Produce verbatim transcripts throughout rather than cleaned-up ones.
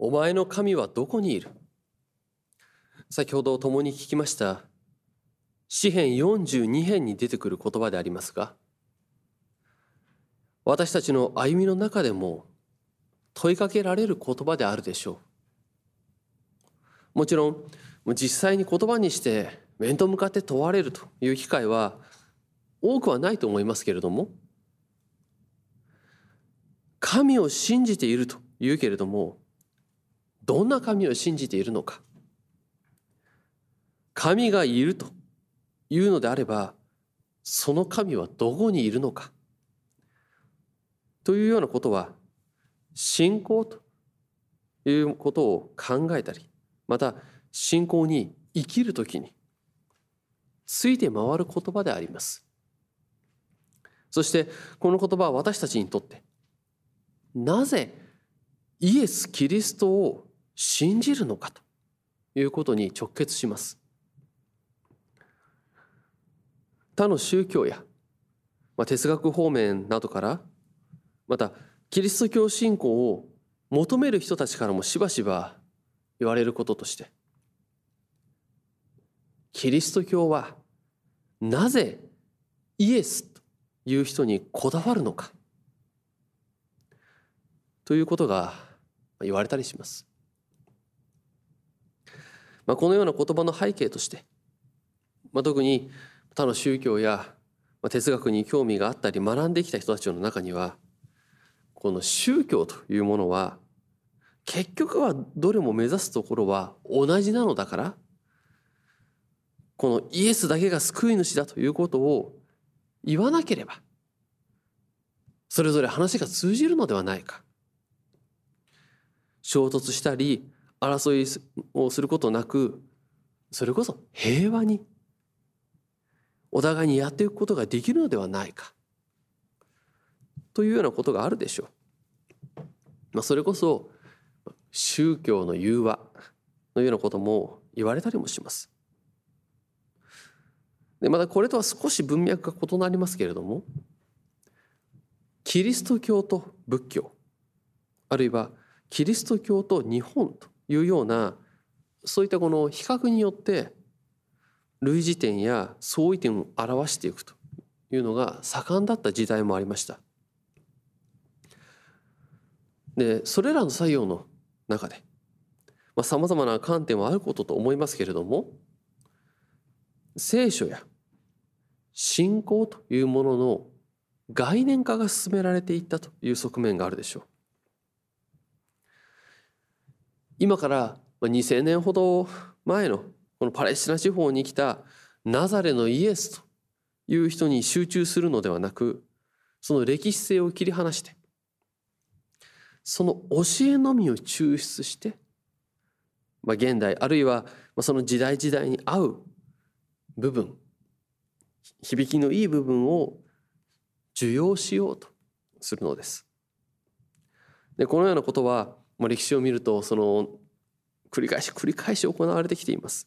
お前の神はどこにいる？先ほど共に聞きました詩編よんじゅうに編に出てくる言葉でありますが、私たちの歩みの中でも問いかけられる言葉であるでしょう。もちろん実際に言葉にして面と向かって問われるという機会は多くはないと思いますけれども、神を信じているというけれども、どんな神を信じているのか。神がいるというのであれば、その神はどこにいるのかというようなことは、信仰ということを考えたり、また信仰に生きるときについて回る言葉であります。そしてこの言葉は私たちにとってなぜイエス・キリストを信じるのかということに直結します。他の宗教や、まあ、哲学方面などから、またキリスト教信仰を求める人たちからもしばしば言われることとして、キリスト教はなぜイエスという人にこだわるのかということが言われたりします。まあ、このような言葉の背景として、まあ、特に他の宗教や哲学に興味があったり学んできた人たちの中には、この宗教というものは結局はどれも目指すところは同じなのだから、このイエスだけが救い主だということを言わなければそれぞれ話が通じるのではないか、衝突したり争いをすることなく、それこそ平和にお互いにやっていくことができるのではないかというようなことがあるでしょう。まあ、それこそ宗教の融和のようなことも言われたりもします。でまたこれとは少し文脈が異なりますけれども、キリスト教と仏教、あるいはキリスト教と日本というような、そういったこの比較によって類似点や相違点を表していくというのが盛んだった時代もありました。でそれらの作用の中でさまざ、まな観点はあることと思いますけれども、聖書や信仰というものの概念化が進められていったという側面があるでしょう。今からにせんねんほど前のこのパレスチナ地方に来たナザレのイエスという人に集中するのではなく、その歴史性を切り離してその教えのみを抽出して、まあ、現代あるいはその時代時代に合う部分、響きのいい部分を受容しようとするのです。でこのようなことは、まあ、歴史を見るとその繰り返し繰り返し行われてきています。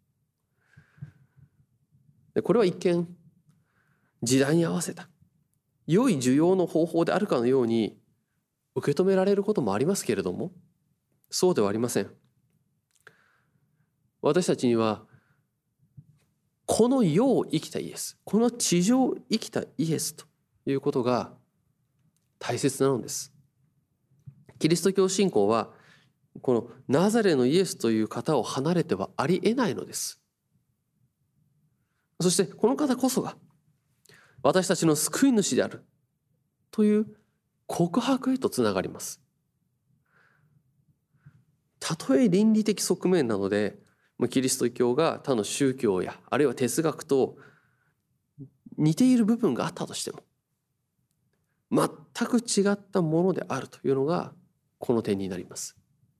でこれは一見時代に合わせた良い受容の方法であるかのように受け止められることもありますけれども、そうではありません。私たちにはこの世を生きたイエス、この地上を生きたイエスということが大切なのです。キリスト教信仰はこのナザレのイエスという方を離れてはありえないのです。そしてこの方こそが私たちの救い主であるという告白へとつながります。たとえ倫理的側面なのでキリスト教が他の宗教やあるいは哲学と似ている部分があったとしても、全く違ったものであるというのがこの点になります。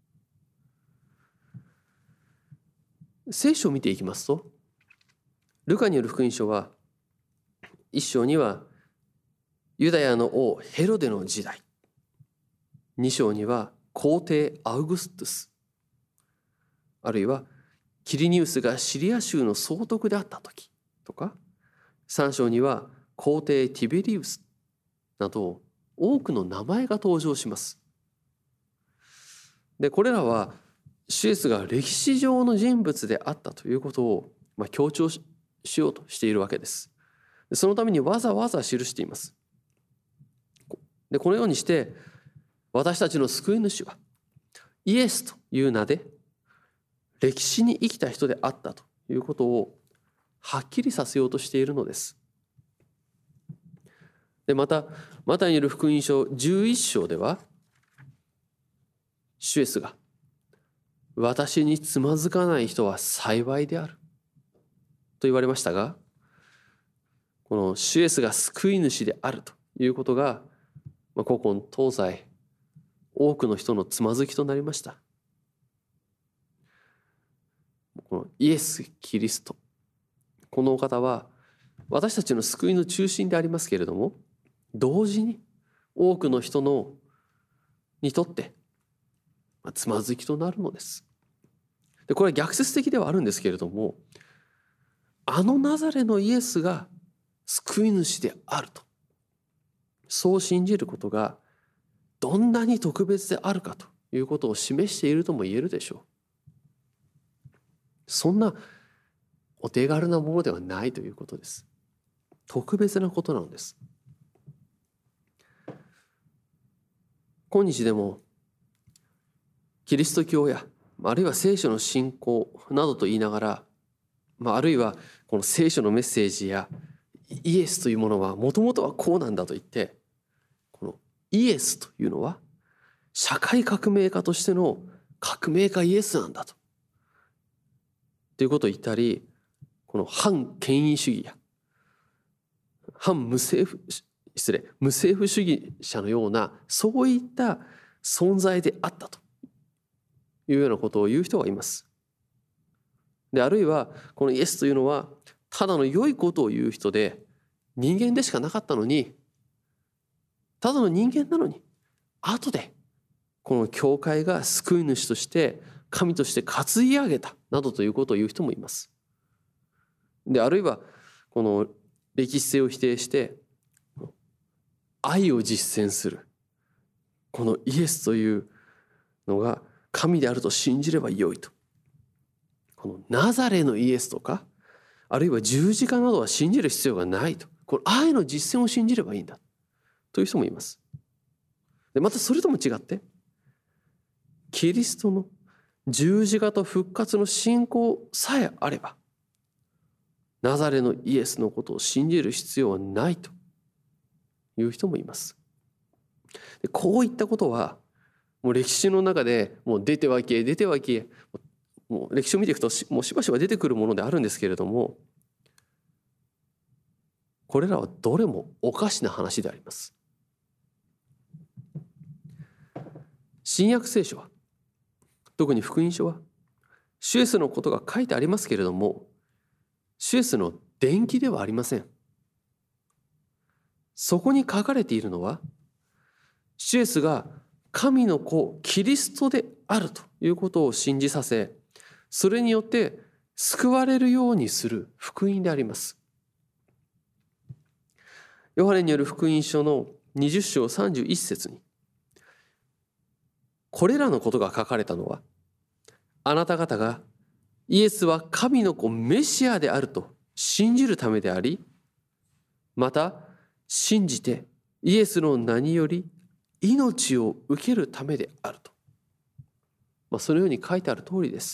聖書を見ていきますと、ルカによる福音書は一章にはユダヤの王ヘロデの時代、二章には皇帝アウグストゥス、あるいはキリニウスがシリア州の総督であった時とか、三章には皇帝ティベリウスなど多くの名前が登場します。 でこれらは主イエスが歴史上の人物であったということを、まあ、強調しようとしているわけです。でそのためにわざわざ記しています。でこのようにして私たちの救い主はイエスという名で歴史に生きた人であったということをはっきりさせようとしているのです。でまたマタイによる福音書じゅういっ章では主イエスが私につまずかない人は幸いであると言われましたが、この主イエスが救い主であるということが、まあ、古今東西多くの人のつまずきとなりました。このイエス・キリスト、このお方は私たちの救いの中心でありますけれども、同時に多くの人のにとってつまずきとなるのです。でこれは逆説的ではあるんですけれども、あのナザレのイエスが救い主であるとそう信じることがどんなに特別であるかということを示しているとも言えるでしょう。そんなお手軽なものではないということです。特別なことなのです。今日でもキリスト教やあるいは聖書の信仰などと言いながら、まあ、あるいはこの聖書のメッセージやイエスというものはもともとはこうなんだと言って、このイエスというのは社会革命家としての革命家イエスなんだとということを言ったり、この反権威主義や反無政府失礼無政府主義者のようなそういった存在であったというようなことを言う人がいます。であるいはこのイエスというのはただの良いことを言う人で人間でしかなかったのに、ただの人間なのに後でこの教会が救い主として神として担ぎ上げたなどということを言う人もいます。であるいはこの歴史性を否定して愛を実践するこのイエスというのが神であると信じればよいと、このナザレのイエスとかあるいは十字架などは信じる必要がないと、この愛の実践を信じればいいんだという人もいます。でまたそれとも違ってキリストの十字架と復活の信仰さえあればナザレのイエスのことを信じる必要はないという人もいます。でこういったことはもう歴史の中でもう出ては消え出ては消え、もう歴史を見ていくともうしばしば出てくるものであるんですけれども、これらはどれもおかしな話であります。新約聖書は特に福音書は主イエスのことが書いてありますけれども、主イエスの伝記ではありません。そこに書かれているのは主イエスが神の子キリストであるということを信じさせ、それによって救われるようにする福音であります。ヨハネによる福音書のにじゅっ章さんじゅういっ節に、これらのことが書かれたのはあなた方がイエスは神の子メシアであると信じるためであり、また信じてイエスの名により命を受けるためであると、まあ、そのように書いてある通りです。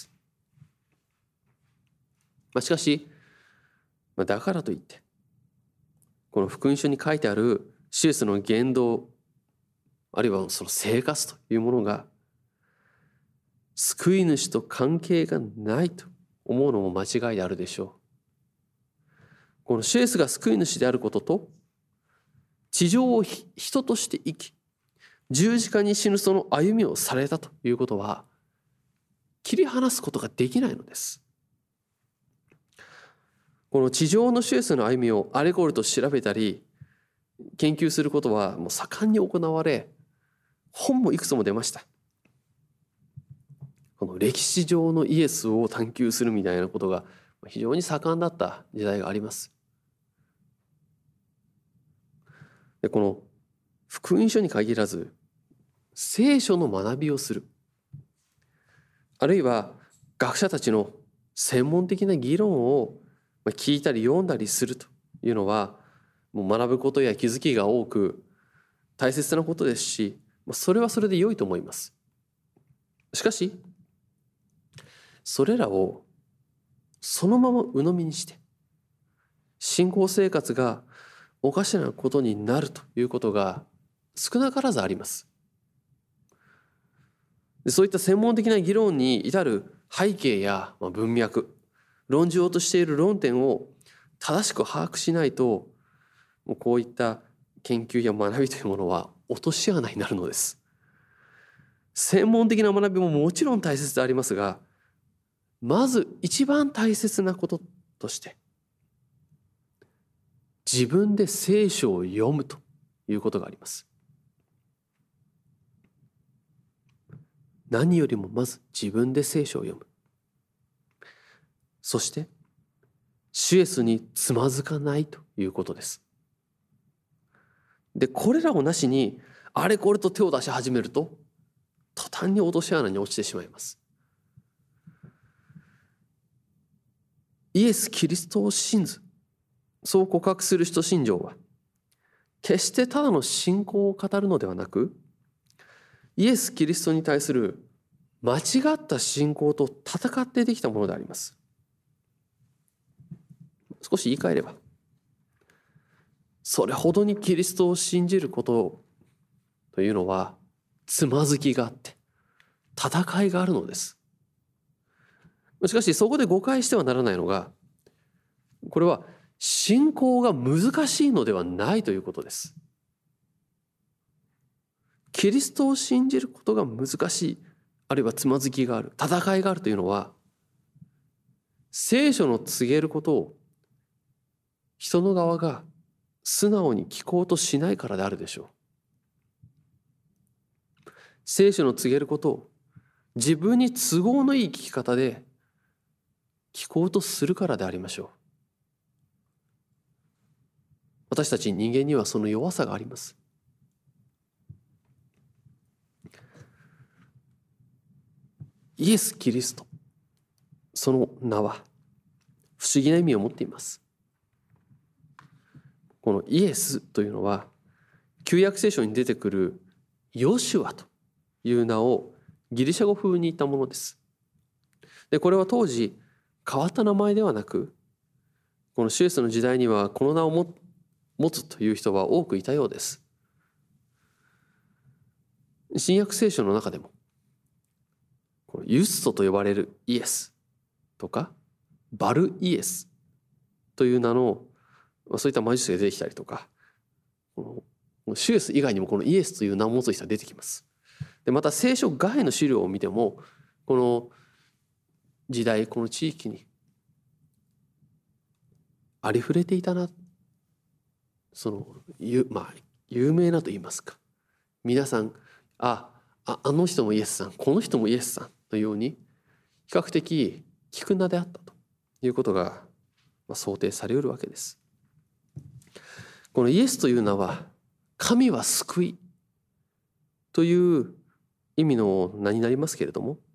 まあ、しかし、まあ、だからといってこの福音書に書いてある主イエスの言動あるいはその生活というものが救い主と関係がないと思うのも間違いであるでしょう。この主イエスが救い主であることと地上を人として生き十字架に死ぬその歩みをされたということは切り離すことができないのです。この地上の主イエスの歩みをあれこれと調べたり研究することはもう盛んに行われ、本もいくつも出ました。この歴史上のイエスを探求するみたいなことが非常に盛んだった時代があります。でこの福音書に限らず聖書の学びをする、 あるいは学者たちの専門的な議論を聞いたり読んだりするというのは、もう学ぶことや気づきが多く大切なことですし、それはそれで良いと思います。しかしそれらをそのまま鵜呑みにして信仰生活がおかしなことになるということが少なからずあります。そういった専門的な議論に至る背景や文脈、論じようとしている論点を正しく把握しないと、もうこういった研究や学びというものは落とし穴になるのです。専門的な学びももちろん大切でありますが、まず一番大切なこととして自分で聖書を読むということがあります。何よりもまず自分で聖書を読む。そして主イエスにつまずかないということです。で、これらをなしにあれこれと手を出し始めると途端に落とし穴に落ちてしまいます。イエス・キリストを信ず、そう告白する人信条は決してただの信仰を語るのではなく、イエス・キリストに対する間違った信仰と戦ってできたものであります。少し言い換えれば、それほどにキリストを信じることというのはつまずきがあって戦いがあるのです。しかしそこで誤解してはならないのが、これは信仰が難しいのではないということです。キリストを信じることが難しい、あるいはつまずきがある、戦いがあるというのは、聖書の告げることを人の側が素直に聞こうとしないからであるでしょう。聖書の告げることを自分に都合のいい聞き方で聞こうとするからでありましょう。私たち人間にはその弱さがあります。イエス・キリスト、その名は不思議な意味を持っています。このイエスというのは旧約聖書に出てくるヨシュアという名をギリシャ語風に言ったものです。で、これは当時変わった名前ではなく、この主イエスの時代にはこの名をも持つという人は多くいたようです。新約聖書の中でもこのユストと呼ばれるイエスとかバルイエスという名のそういった魔術が出てきたりとか、この主イエス以外にもこのイエスという名を持つ人が出てきます。で、また聖書外の資料を見てもこの時代この地域にありふれていたな、そのまあ有名なと言いますか、皆さんあああの人もイエスさん、この人もイエスさんのように比較的聞く名であったということが想定されうるわけです。このイエスという名は神は救いという意味の名になりますけれども、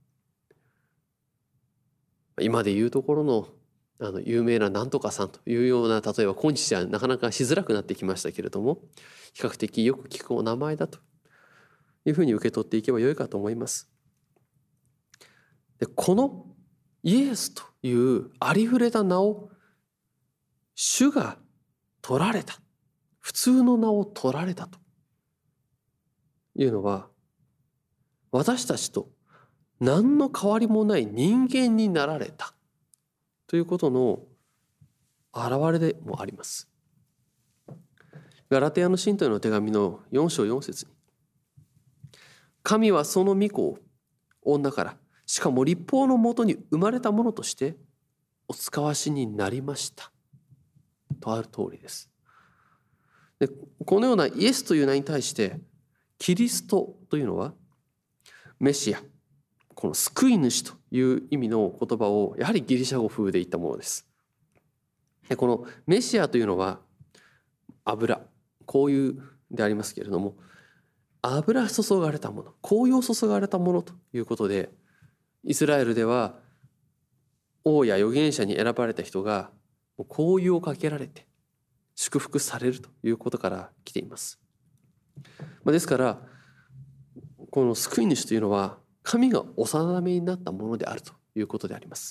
今でいうところのあの有名ななんとかさんというような、例えば今日はなかなかしづらくなってきましたけれども、比較的よく聞くお名前だというふうに受け取っていけばよいかと思います。で、このイエスというありふれた名を主が取られた、普通の名を取られたというのは、私たちと何の変わりもない人間になられたということの表れでもあります。ガラテヤの信徒への手紙のよん章よん節に、神はその御子を女から、しかも立法のもとに生まれたものとしてお使わしになりましたとある通りです。で、このようなイエスという名に対してキリストというのはメシア、この救い主という意味の言葉をやはりギリシャ語風で言ったものです。で、このメシアというのは油、香油でありますけれども、油注がれたもの、香油を注がれたものということで、 イスラエルでは王や預言者に選ばれた人が香油をかけられて祝福されるということから来ています。ですからこの救い主というのは神がお定めになったものであるということであります。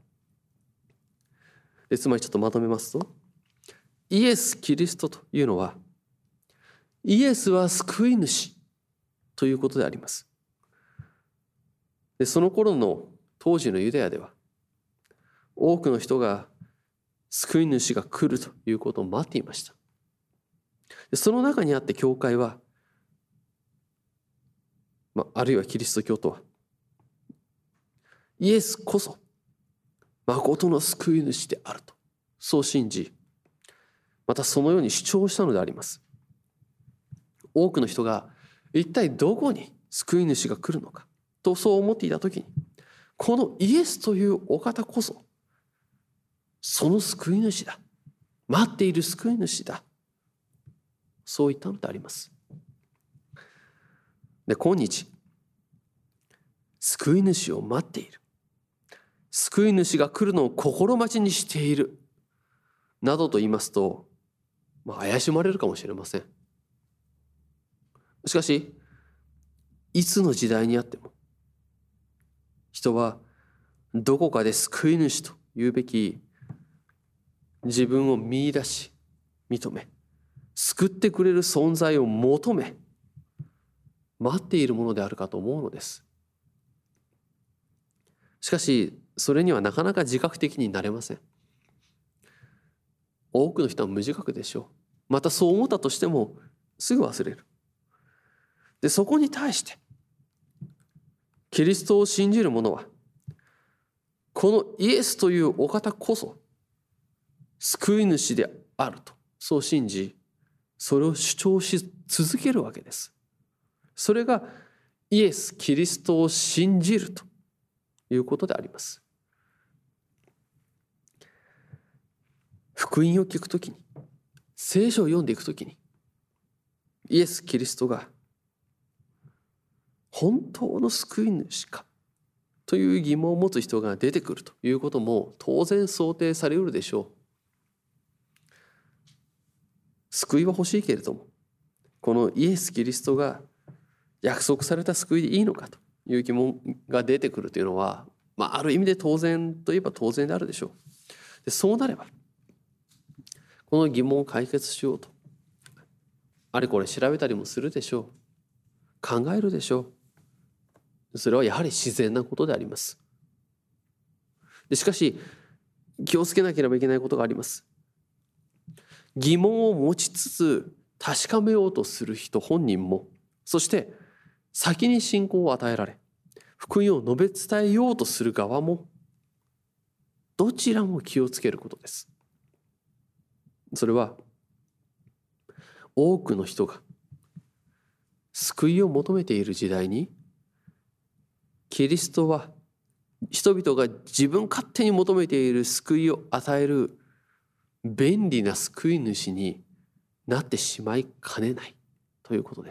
でつまりちょっとまとめますと、イエス・キリストというのはイエスは救い主ということであります。でその頃の当時のユダヤでは多くの人が救い主が来るということを待っていました。でその中にあって教会は、まあ、あるいはキリスト教とはイエスこそ誠の救い主であるとそう信じ、またそのように主張したのであります。多くの人が一体どこに救い主が来るのかとそう思っていたときに、このイエスというお方こそその救い主だ、待っている救い主だ、そう言ったのであります。で今日救い主を待っている、救い主が来るのを心待ちにしているなどと言いますと、まあ、怪しまれるかもしれません。しかしいつの時代にあっても人はどこかで救い主というべき自分を見出し認め、救ってくれる存在を求め待っているものであるかと思うのです。しかしそれにはなかなか自覚的になれません。多くの人は無自覚でしょう。またそう思ったとしてもすぐ忘れる。でそこに対してキリストを信じる者はこのイエスというお方こそ救い主であるとそう信じ、それを主張し続けるわけです。それがイエス・キリストを信じるということであります。福音を聞くときに、聖書を読んでいくときに、イエス・キリストが本当の救い主かという疑問を持つ人が出てくるということも当然想定されうるでしょう。救いは欲しいけれども、このイエス・キリストが約束された救いでいいのかという疑問が出てくるというのは、まあ、ある意味で当然といえば当然であるでしょう。でそうなればこの疑問を解決しようとあれこれ調べたりもするでしょう。考えるでしょう。それはやはり自然なことであります。でしかし気をつけなければいけないことがあります。疑問を持ちつつ確かめようとする人本人も、そして先に信仰を与えられ福音を述べ伝えようとする側も、どちらも気をつけることです。それは多くの人が救いを求めている時代に、キリストは人々が自分勝手に求めている救いを与える便利な救い主になってしまいかねないということです。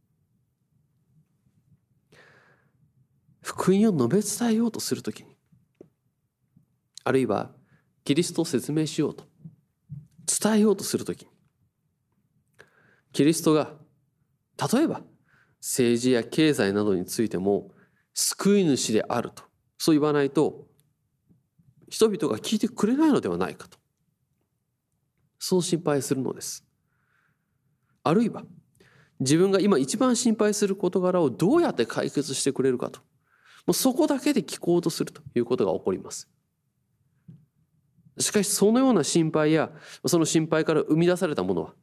福音を述べ伝えようとするときに、あるいはキリストを説明しようと伝えようとするときに、キリストが例えば政治や経済などについても救い主であるとそう言わないと人々が聞いてくれないのではないかと、そう心配するのです。あるいは自分が今一番心配する事柄をどうやって解決してくれるかと、もうそこだけで聞こうとするということが起こります。しかしそのような心配やその心配から生み出されたものは、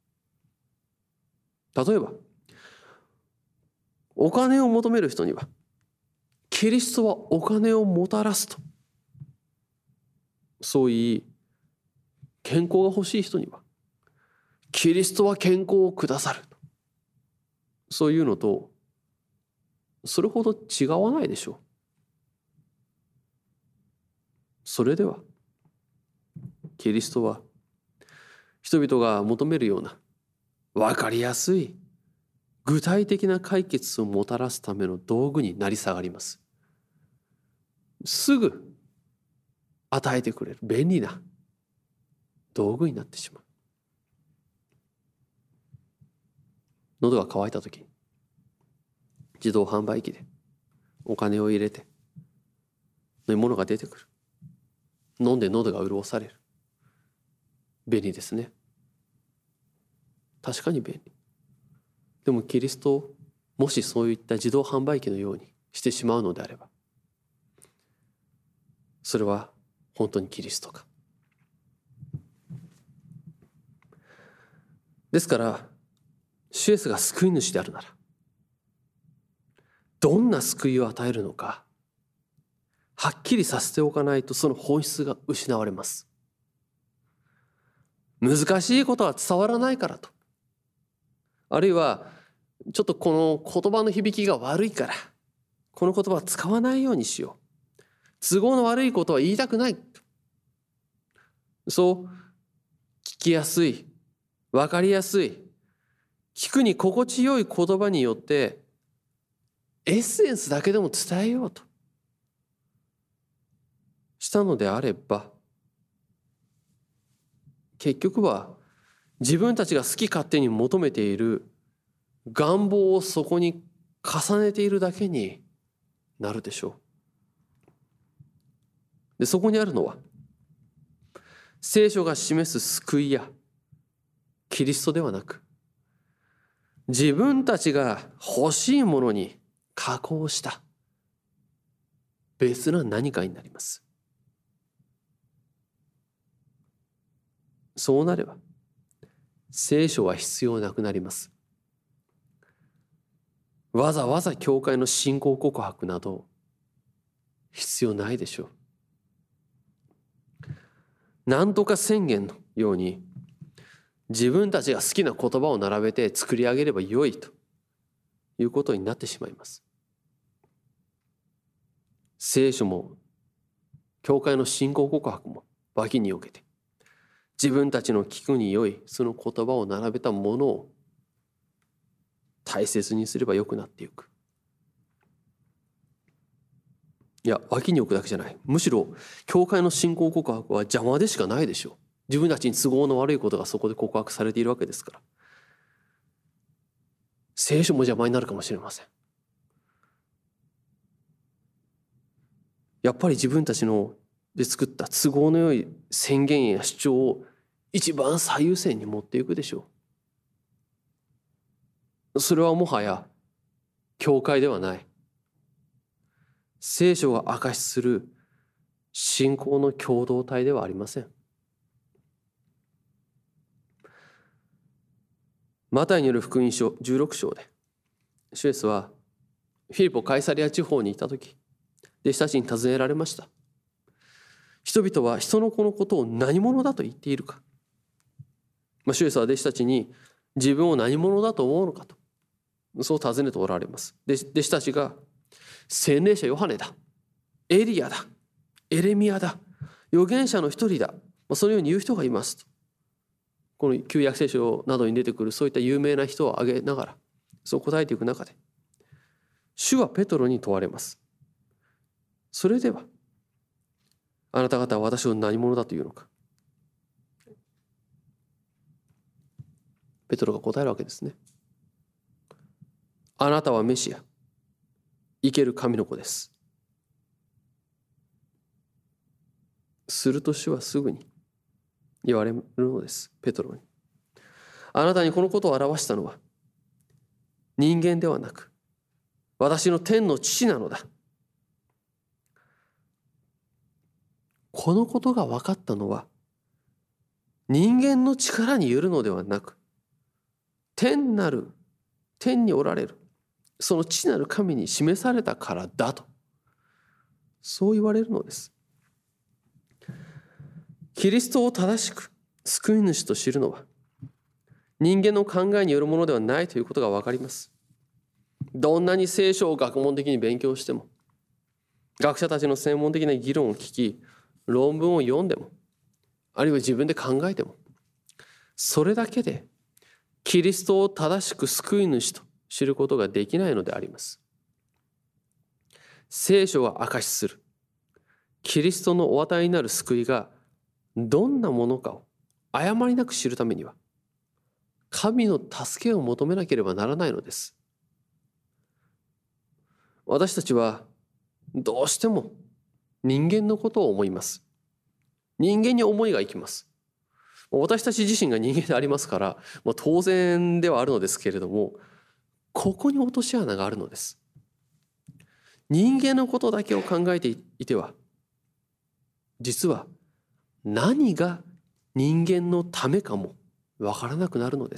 例えばお金を求める人にはキリストはお金をもたらすとそう言い、健康が欲しい人にはキリストは健康をくださるとそういうのとそれほど違わないでしょう。それではキリストは人々が求めるような分かりやすい具体的な解決をもたらすための道具になり下がります。 すぐ与えてくれる便利な道具になってしまう。喉が渇いた時に自動販売機でお金を入れて飲み物が出てくる。飲んで喉が潤される。便利ですね。確かに便利。でもキリストをもしそういった自動販売機のようにしてしまうのであれば、それは本当にキリストか。ですから主イエスが救い主であるなら、どんな救いを与えるのかはっきりさせておかないと、その本質が失われます。難しいことは伝わらないからと、あるいはちょっとこの言葉の響きが悪いからこの言葉は使わないようにしよう、都合の悪いことは言いたくない、そう聞きやすい、分かりやすい、聞くに心地よい言葉によってエッセンスだけでも伝えようとしたのであれば、結局は自分たちが好き勝手に求めている願望をそこに重ねているだけになるでしょう。で、そこにあるのは聖書が示す救いやキリストではなく、自分たちが欲しいものに加工した別な何かになります。そうなれば聖書は必要なくなります。わざわざ教会の信仰告白など必要ないでしょう。なんとか宣言のように自分たちが好きな言葉を並べて作り上げればよいということになってしまいます。聖書も教会の信仰告白も脇に置けて、自分たちの聞くに良いその言葉を並べたものを大切にすればよくなっていく。いや、脇に置くだけじゃない。むしろ教会の信仰告白は邪魔でしかないでしょう。自分たちに都合の悪いことがそこで告白されているわけですから、聖書も邪魔になるかもしれません。やっぱり自分たちので作った都合の良い宣言や主張を一番最優先に持っていくでしょう。それはもはや教会ではない、聖書が証しする信仰の共同体ではありません。マタイによる福音書じゅうろく章で、主イエスはフィリポ・カイサリア地方にいたとき、弟子たちに尋ねられました。人々は人の子のことを何者だと言っているか。まあ、主イエスは弟子たちに自分を何者だと思うのかと、そう尋ねておられます。で弟子たちが洗礼者ヨハネだ、エリアだ、エレミヤだ、預言者の一人だ、まあ、そのように言う人がいますと、この旧約聖書などに出てくるそういった有名な人を挙げながらそう答えていく中で、主はペトロに問われます。それではあなた方は私を何者だというのか。ペトロが答えるわけですね。あなたはメシア、生ける神の子です。すると主はすぐに言われるのです。ペトロに、あなたにこのことを表したのは人間ではなく私の天の父なのだ。このことが分かったのは人間の力によるのではなく、天なる天におられるその父なる神に示されたからだと、そう言われるのです。キリストを正しく救い主と知るのは人間の考えによるものではないということが分かります。どんなに聖書を学問的に勉強しても、学者たちの専門的な議論を聞き、論文を読んでも、あるいは自分で考えても、それだけでキリストを正しく救い主と知ることができないのであります。聖書が証しするキリストのお与えになる救いがどんなものかを誤りなく知るためには、神の助けを求めなければならないのです。私たちはどうしても人間のことを思います。人間に思いがいきます。私たち自身が人間でありますから、まあ、当然ではあるのですけれども、ここに落とし穴があるのです。人間のことだけを考えていては、実は何が人間のためかもわからなくなるのです。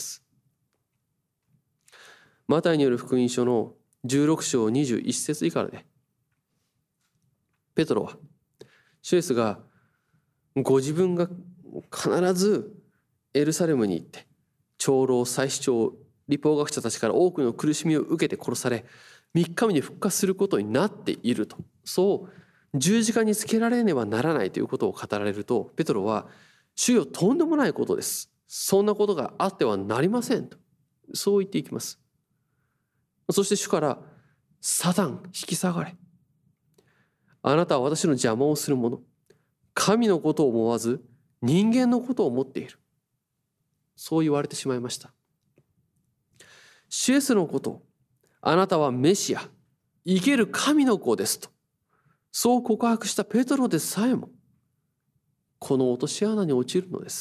マタイによる福音書のじゅうろく章にじゅういち節以下で、ペトロは主イエスがご自分が必ずエルサレムに行って長老、祭司長、律法学者たちから多くの苦しみを受けて殺され、みっかめに復活することになっていると、そう十字架につけられねばならないということを語られると、ペトロは主よ、とんでもないことです、そんなことがあってはなりませんと、そう言っていきます。そして主からサタン引き下がれ、あなたは私の邪魔をする者、神のことを思わず人間のことを思っている、そう言われてしまいました。主イエスのことを、あなたはメシア、生ける神の子ですと、そう告白したペトロでさえもこの落とし穴に落ちるのです。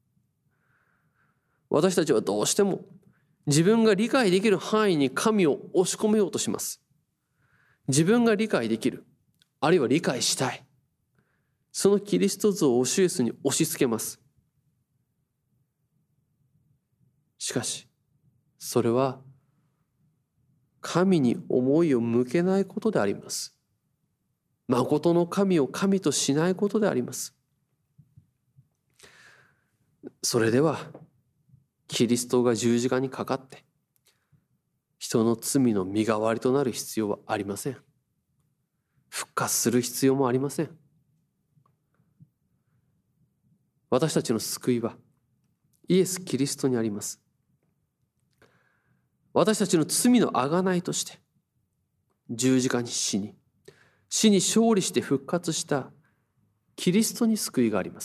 私たちはどうしても自分が理解できる範囲に神を押し込めようとします。自分が理解できる、あるいは理解したい、そのキリスト像を主イエスに押し付けます。しかしそれは神に思いを向けないことであります。誠の神を神としないことであります。それではキリストが十字架にかかって人の罪の身代わりとなる必要はありません。復活する必要もありません。私たちの救いはイエス・キリストにあります。私たちの罪の贖いとして十字架に死に、死に勝利して復活したキリストに救いがあります。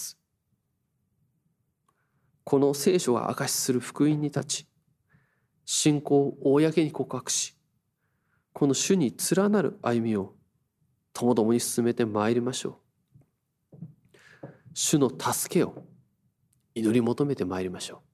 この聖書が証しする福音に立ち、信仰を公に告白し、この主に連なる歩みをともどもに進めてまいりましょう。主の助けを祈り求めてまいりましょう。